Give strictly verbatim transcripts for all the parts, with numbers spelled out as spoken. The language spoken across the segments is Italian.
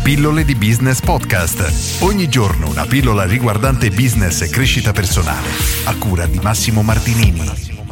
Pillole di Business Podcast. Ogni giorno una pillola riguardante business e crescita personale. A cura di Massimo Martinini.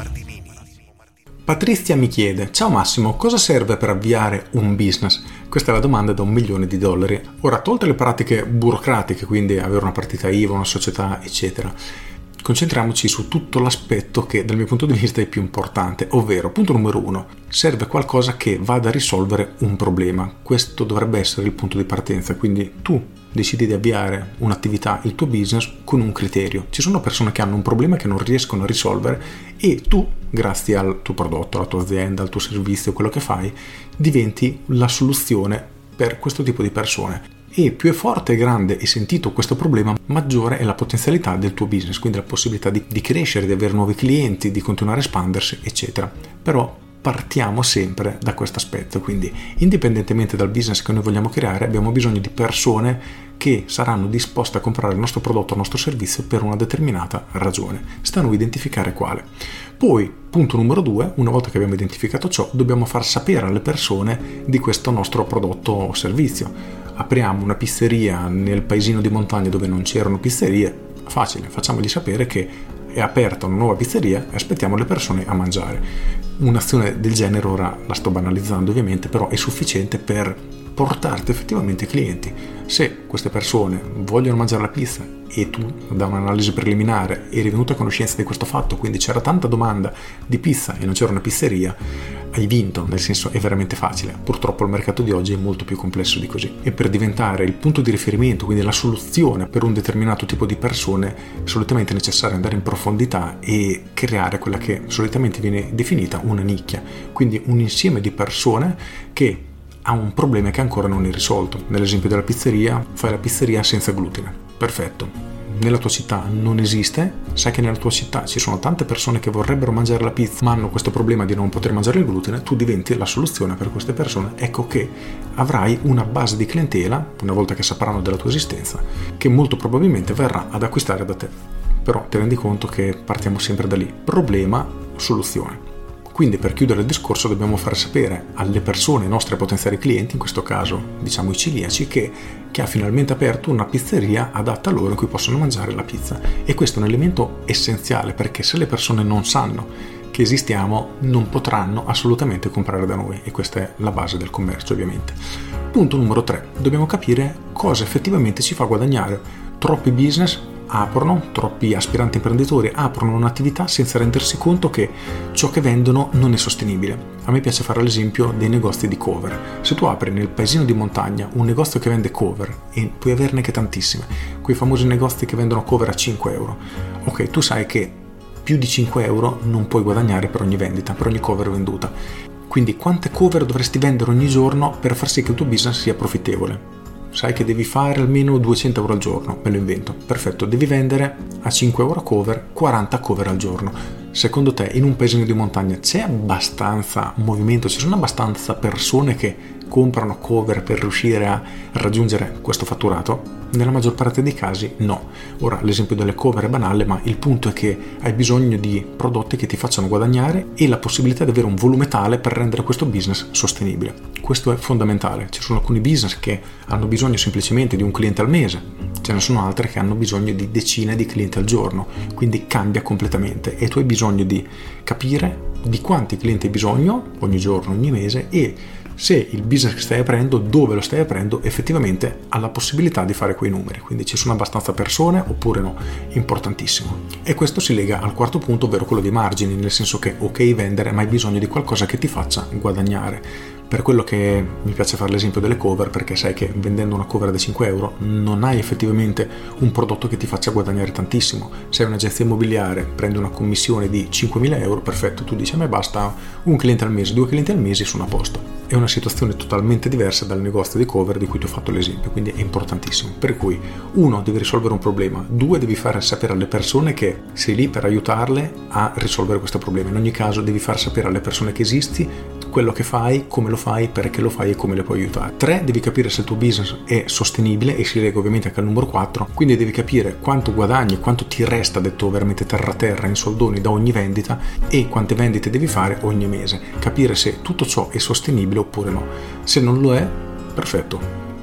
Patrizia mi chiede: ciao Massimo, cosa serve per avviare un business? Questa è la domanda da un milione di dollari. Ora, tolte le pratiche burocratiche, quindi avere una partita I V A, una società, eccetera, concentriamoci su tutto l'aspetto che dal mio punto di vista è più importante, ovvero, punto numero uno, serve qualcosa che vada a risolvere un problema. Questo dovrebbe essere il punto di partenza, quindi tu decidi di avviare un'attività, il tuo business, con un criterio. Ci sono persone che hanno un problema che non riescono a risolvere e tu, grazie al tuo prodotto, alla tua azienda, al tuo servizio, quello che fai, diventi la soluzione per questo tipo di persone. E più è forte, grande e sentito questo problema, maggiore è la potenzialità del tuo business, quindi la possibilità di, di crescere, di avere nuovi clienti, di continuare a espandersi, eccetera. Però partiamo sempre da questo aspetto, quindi indipendentemente dal business che noi vogliamo creare, abbiamo bisogno di persone che saranno disposte a comprare il nostro prodotto, il nostro servizio per una determinata ragione. Sta a noi identificare quale. Poi, punto numero due, una volta che abbiamo identificato ciò, dobbiamo far sapere alle persone di questo nostro prodotto o servizio. Apriamo una pizzeria nel paesino di montagna dove non c'erano pizzerie, facile, facciamogli sapere che è aperta una nuova pizzeria e aspettiamo le persone a mangiare. Un'azione del genere, ora la sto banalizzando ovviamente, però è sufficiente per portarti effettivamente clienti. Se queste persone vogliono mangiare la pizza e tu, da un'analisi preliminare, eri venuto a conoscenza di questo fatto, quindi c'era tanta domanda di pizza e non c'era una pizzeria, hai vinto, nel senso è veramente facile. Purtroppo il mercato di oggi è molto più complesso di così e per diventare il punto di riferimento, quindi la soluzione per un determinato tipo di persone, è solitamente necessario andare in profondità e creare quella che solitamente viene definita una nicchia, quindi un insieme di persone che ha un problema che ancora non è risolto. Nell'esempio della pizzeria, fai la pizzeria senza glutine, perfetto. Nella tua città non esiste, sai che nella tua città ci sono tante persone che vorrebbero mangiare la pizza ma hanno questo problema di non poter mangiare il glutine, tu diventi la soluzione per queste persone. Ecco che avrai una base di clientela, una volta che sapranno della tua esistenza, che molto probabilmente verrà ad acquistare da te. Però ti rendi conto che partiamo sempre da lì: problema, soluzione. Quindi, per chiudere il discorso, dobbiamo far sapere alle persone, ai nostri potenziali clienti, in questo caso diciamo i celiaci, che, che ha finalmente aperto una pizzeria adatta a loro in cui possono mangiare la pizza. E questo è un elemento essenziale, perché se le persone non sanno che esistiamo non potranno assolutamente comprare da noi, e questa è la base del commercio, ovviamente. Punto numero tre, dobbiamo capire cosa effettivamente ci fa guadagnare. Troppi business aprono, troppi aspiranti imprenditori aprono un'attività senza rendersi conto che ciò che vendono non è sostenibile. A me piace fare l'esempio dei negozi di cover. Se tu apri nel paesino di montagna un negozio che vende cover, e puoi averne che tantissime, quei famosi negozi che vendono cover a cinque euro, ok, tu sai che più di cinque euro non puoi guadagnare per ogni vendita, per ogni cover venduta. Quindi quante cover dovresti vendere ogni giorno per far sì che il tuo business sia profittevole? Sai che devi fare almeno duecento euro al giorno, me lo invento, perfetto, devi vendere a cinque euro a cover quaranta cover al giorno. Secondo te in un paesino di montagna c'è abbastanza movimento, ci sono abbastanza persone che comprano cover per riuscire a raggiungere questo fatturato? Nella maggior parte dei casi no. Ora, l'esempio delle cover è banale, ma il punto è che hai bisogno di prodotti che ti facciano guadagnare e la possibilità di avere un volume tale per rendere questo business sostenibile. Questo è fondamentale. Ci sono alcuni business che hanno bisogno semplicemente di un cliente al mese, ce ne sono altre che hanno bisogno di decine di clienti al giorno, quindi cambia completamente e tu hai bisogno di capire di quanti clienti hai bisogno ogni giorno, ogni mese, e se il business che stai aprendo, dove lo stai aprendo, effettivamente ha la possibilità di fare quei numeri. Quindi ci sono abbastanza persone oppure no? Importantissimo. E questo si lega al quarto punto, ovvero quello dei margini, nel senso che ok vendere, ma hai bisogno di qualcosa che ti faccia guadagnare. Per quello che mi piace fare l'esempio delle cover, perché sai che vendendo una cover da cinque euro non hai effettivamente un prodotto che ti faccia guadagnare tantissimo. Se hai un'agenzia immobiliare, prendi una commissione di cinquemila euro, perfetto, tu dici a me basta un cliente al mese, due clienti al mese, sono a posto. È una situazione totalmente diversa dal negozio di cover di cui ti ho fatto l'esempio, quindi è importantissimo. Per cui, uno, devi risolvere un problema, due, devi far sapere alle persone che sei lì per aiutarle a risolvere questo problema. In ogni caso devi far sapere alle persone che esisti quello che fai, come lo fai, perché lo fai e come le puoi aiutare. tre. Devi capire se il tuo business è sostenibile e si lega ovviamente anche al numero quattro, quindi devi capire quanto guadagni, quanto ti resta, detto veramente terra terra, in soldoni da ogni vendita, e quante vendite devi fare ogni mese. Capire se tutto ciò è sostenibile oppure no. Se non lo è, perfetto,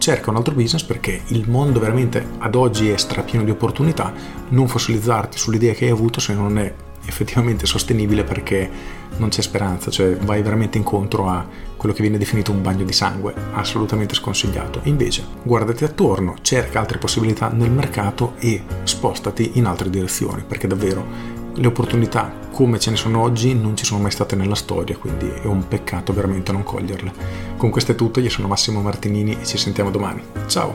cerca un altro business perché il mondo veramente ad oggi è strapieno di opportunità. Non fossilizzarti sull'idea che hai avuto se non è effettivamente sostenibile, perché non c'è speranza, cioè vai veramente incontro a quello che viene definito un bagno di sangue, assolutamente sconsigliato. Invece guardati attorno, cerca altre possibilità nel mercato e spostati in altre direzioni, perché davvero le opportunità come ce ne sono oggi non ci sono mai state nella storia, quindi è un peccato veramente non coglierle. Con questo è tutto, io sono Massimo Martinini e ci sentiamo domani. Ciao!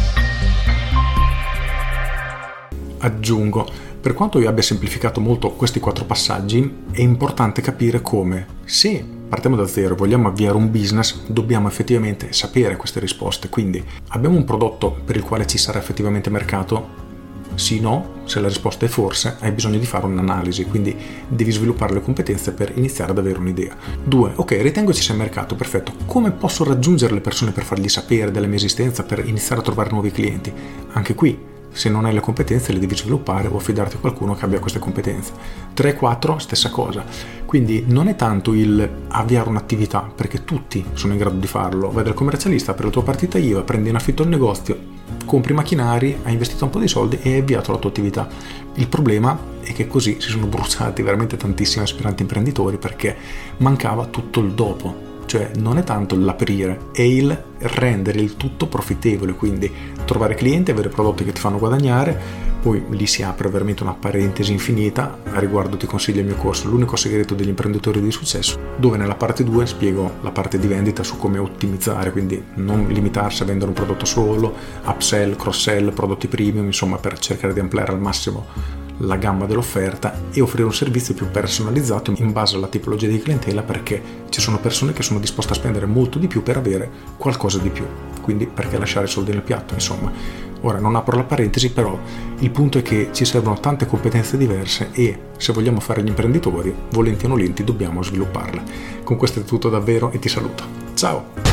Aggiungo, per quanto io abbia semplificato molto questi quattro passaggi, è importante capire come, se partiamo da zero e vogliamo avviare un business, dobbiamo effettivamente sapere queste risposte. Quindi abbiamo un prodotto per il quale ci sarà effettivamente mercato? Sì, no? Se la risposta è forse, hai bisogno di fare un'analisi, quindi devi sviluppare le competenze per iniziare ad avere un'idea. Due, ok, ritengo ci sia mercato, perfetto. Come posso raggiungere le persone per fargli sapere della mia esistenza, per iniziare a trovare nuovi clienti? Anche qui, se non hai le competenze le devi sviluppare o affidarti a qualcuno che abbia queste competenze. tre e quattro, stessa cosa. Quindi non è tanto il avviare un'attività, perché tutti sono in grado di farlo. Vai dal commercialista, apri la tua partita I V A, prendi in affitto il negozio, compri macchinari, hai investito un po' di soldi e hai avviato la tua attività. Il problema è che così si sono bruciati veramente tantissimi aspiranti imprenditori, perché mancava tutto il dopo. Cioè non è tanto l'aprire, è il rendere il tutto profittevole, quindi trovare clienti, avere prodotti che ti fanno guadagnare. Poi lì si apre veramente una parentesi infinita. A riguardo ti consiglio il mio corso L'unico segreto degli imprenditori di successo, dove nella parte due spiego la parte di vendita su come ottimizzare, quindi non limitarsi a vendere un prodotto solo, upsell, cross-sell, prodotti premium, insomma, per cercare di ampliare al massimo la gamma dell'offerta e offrire un servizio più personalizzato in base alla tipologia di clientela, perché ci sono persone che sono disposte a spendere molto di più per avere qualcosa di più, quindi perché lasciare soldi nel piatto, insomma. Ora non apro la parentesi, però il punto è che ci servono tante competenze diverse e se vogliamo fare gli imprenditori, volenti o nolenti, dobbiamo svilupparle. Con questo è tutto davvero e ti saluto. Ciao!